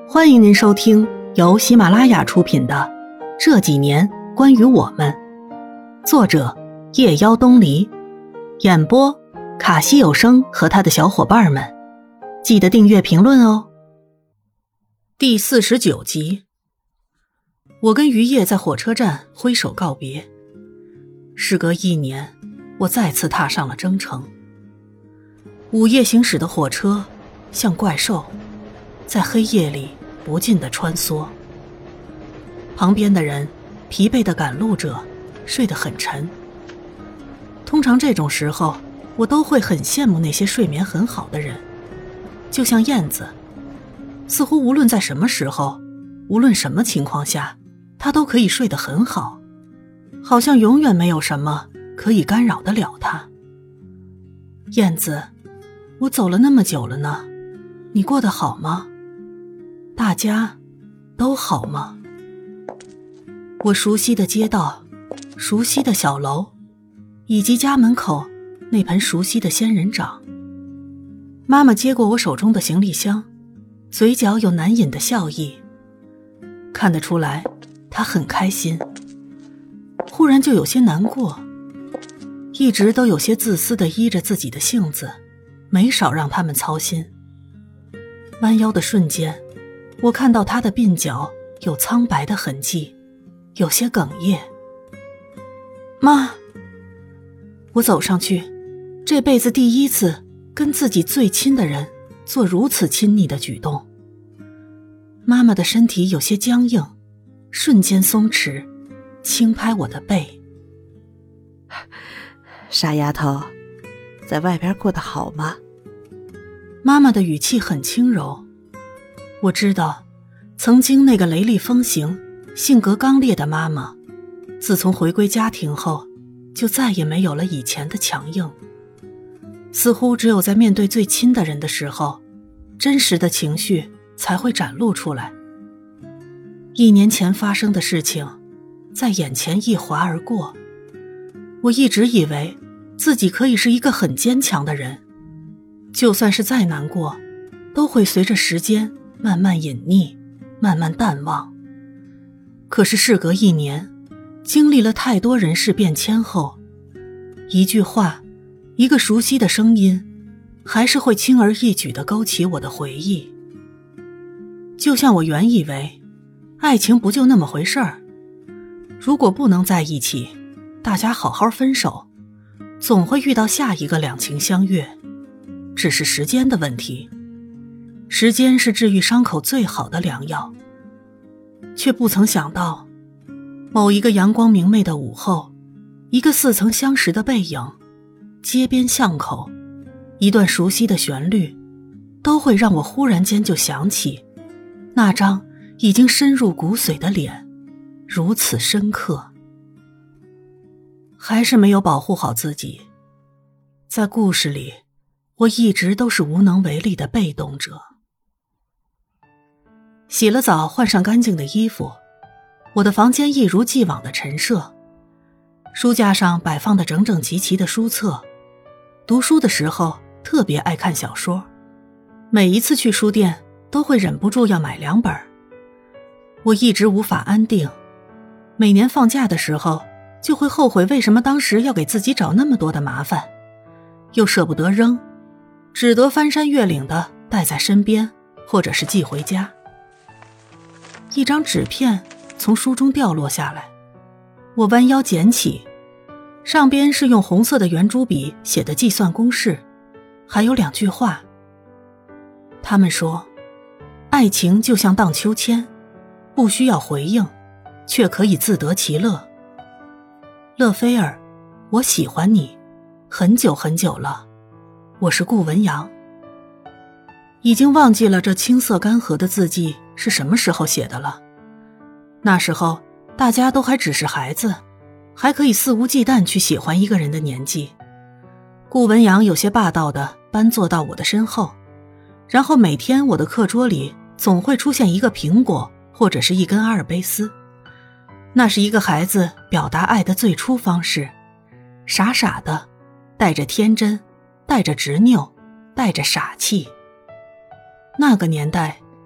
欢迎您收听由喜马拉雅出品的《这几年关于我们》，作者夜妖东篱，演播卡西有声和他的小伙伴们。记得订阅评论哦。第49集，我跟于叶在火车站挥手告别。时隔1年，我再次踏上了征程。午夜行驶的火车像怪兽，在黑夜里不尽地穿梭。旁边的人，疲惫的赶路者，睡得很沉。通常这种时候，我都会很羡慕那些睡眠很好的人，就像燕子，似乎无论在什么时候，无论什么情况下，她都可以睡得很好，好像永远没有什么可以干扰得了她。燕子，我走了那么久了呢，你过得好吗？大家都好吗？我熟悉的街道，熟悉的小楼，以及家门口那盆熟悉的仙人掌。妈妈接过我手中的行李箱，嘴角有难隐的笑意，看得出来她很开心。忽然就有些难过，一直都有些自私地依着自己的性子，没少让他们操心。弯腰的瞬间，我看到他的鬓角有苍白的痕迹，有些哽咽。妈，我走上去，这辈子第一次跟自己最亲的人做如此亲昵的举动。妈妈的身体有些僵硬，瞬间松弛，轻拍我的背。 傻丫头，在外边过得好吗？ 妈妈的语气很轻柔。我知道，曾经那个雷厉风行、性格刚烈的妈妈，自从回归家庭后，就再也没有了以前的强硬。似乎只有在面对最亲的人的时候，真实的情绪才会展露出来。1年前发生的事情，在眼前一划而过。我一直以为自己可以是一个很坚强的人，就算是再难过，都会随着时间慢慢隐匿，慢慢淡忘。可是事隔1年，经历了太多人事变迁后，一句话，一个熟悉的声音，还是会轻而易举地勾起我的回忆。就像我原以为，爱情不就那么回事儿，如果不能在一起，大家好好分手，总会遇到下一个两情相悦，只是时间的问题。时间是治愈伤口最好的良药，却不曾想到，某一个阳光明媚的午后，一个似曾相识的背影，街边巷口，一段熟悉的旋律，都会让我忽然间就想起那张已经深入骨髓的脸，如此深刻。还是没有保护好自己，在故事里，我一直都是无能为力的被动者。洗了澡，换上干净的衣服，我的房间一如既往的陈设，书架上摆放的整整齐齐的书册。读书的时候特别爱看小说，每一次去书店都会忍不住要买2本。我一直无法安定，每年放假的时候就会后悔为什么当时要给自己找那么多的麻烦，又舍不得扔，只得翻山越岭的带在身边，或者是寄回家。一张纸片从书中掉落下来，我弯腰捡起，上边是用红色的圆珠笔写的计算公式，还有2句话。他们说，爱情就像荡秋千，不需要回应，却可以自得其乐。勒菲尔，我喜欢你，很久很久了，我是顾文阳。已经忘记了这青涩干涸的字迹是什么时候写的了。那时候大家都还只是孩子，还可以肆无忌惮去喜欢一个人的年纪。顾文阳有些霸道地搬坐到我的身后，然后每天我的课桌里总会出现一个苹果或者是一根阿尔卑斯。那是一个孩子表达爱的最初方式，傻傻的，带着天真，带着执拗，带着傻气。那个年代，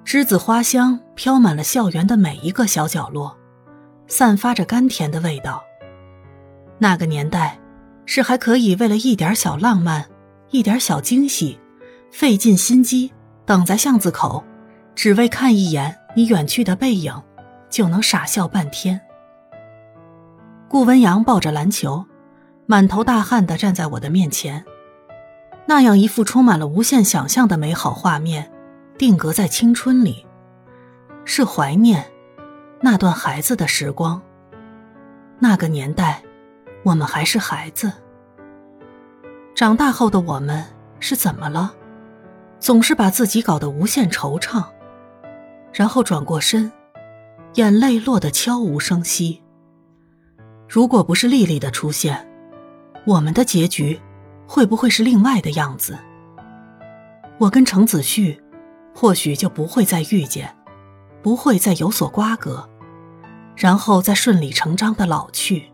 栀子花香飘满了校园的每一个小角落，散发着甘甜的味道。那个年代是还可以为了一点小浪漫，一点小惊喜，费尽心机等在巷子口，只为看一眼你远去的背影，就能傻笑半天。顾文阳抱着篮球，满头大汗地站在我的面前，那样一幅充满了无限想象的美好画面，定格在青春里，是怀念那段孩子的时光。那个年代，我们还是孩子。长大后的我们是怎么了？总是把自己搞得无限惆怅，然后转过身，眼泪落得悄无声息。如果不是丽丽的出现，我们的结局会不会是另外的样子？我跟程子旭或许就不会再遇见，不会再有所瓜葛，然后再顺理成章地老去。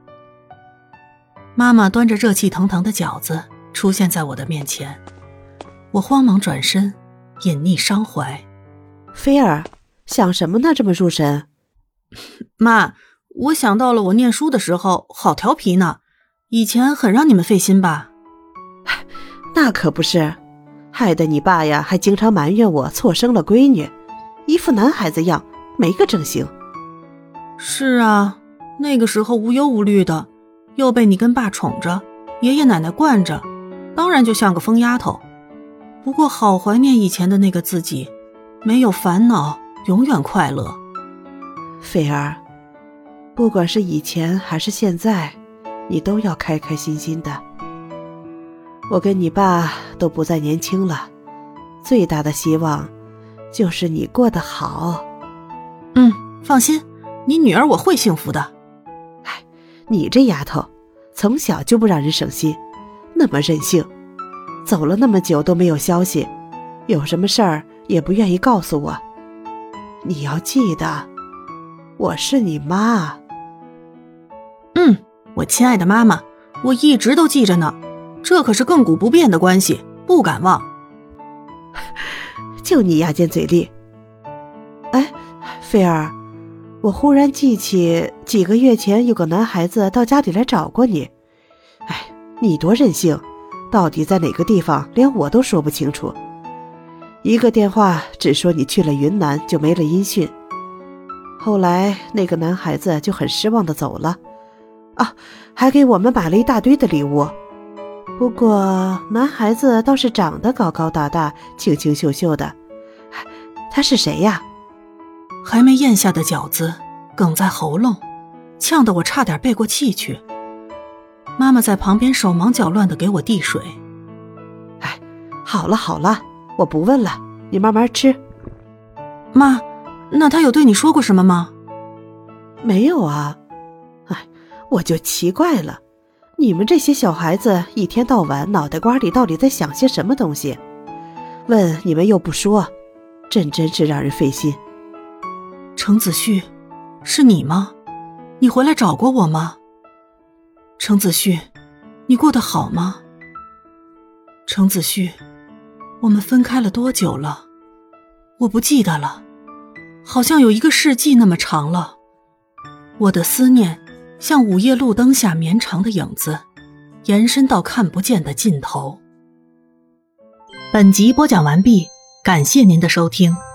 妈妈端着热气腾腾的饺子出现在我的面前，我慌忙转身，隐匿伤怀。 菲儿，想什么呢？这么入神？ 妈，我想到了我念书的时候好调皮呢，以前很让你们费心吧？ 那可不是，害得你爸呀还经常埋怨我错生了闺女，一副男孩子样，没个正形。 是啊，那个时候无忧无虑的，又被你跟爸宠着，爷爷奶奶惯着，当然就像个疯丫头。不过好怀念以前的那个自己，没有烦恼，永远快乐。 菲儿，不管是以前还是现在，你都要开开心心的。我跟你爸都不再年轻了，最大的希望就是你过得好。 放心，你女儿我会幸福的。 你这丫头从小就不让人省心，那么任性，走了那么久都没有消息，有什么事儿也不愿意告诉我。你要记得，我是你妈。 我亲爱的妈妈，我一直都记着呢，这可是亘古不变的关系，不敢忘。 就你牙尖嘴利。哎，菲儿，我忽然记起几个月前有个男孩子到家里来找过你。哎，你多任性，到底在哪个地方连我都说不清楚。一个电话只说你去了云南就没了音讯。后来那个男孩子就很失望地走了，还给我们买了一大堆的礼物。不过男孩子倒是长得高高大大，清清秀秀的。他是谁呀？ 还没咽下的饺子哽在喉咙，呛得我差点背过气去。妈妈在旁边手忙脚乱地给我递水。 好了好了，我不问了，你慢慢吃。 妈，那他有对你说过什么吗？ 没有啊。我就奇怪了，你们这些小孩子一天到晚脑袋瓜里到底在想些什么东西？问你们又不说，真是让人费心。 程子旭，是你吗？你回来找过我吗？程子旭，你过得好吗？程子旭，我们分开了多久了？我不记得了，好像有1个世纪那么长了。我的思念像午夜路灯下绵长的影子，延伸到看不见的尽头。本集播讲完毕，感谢您的收听。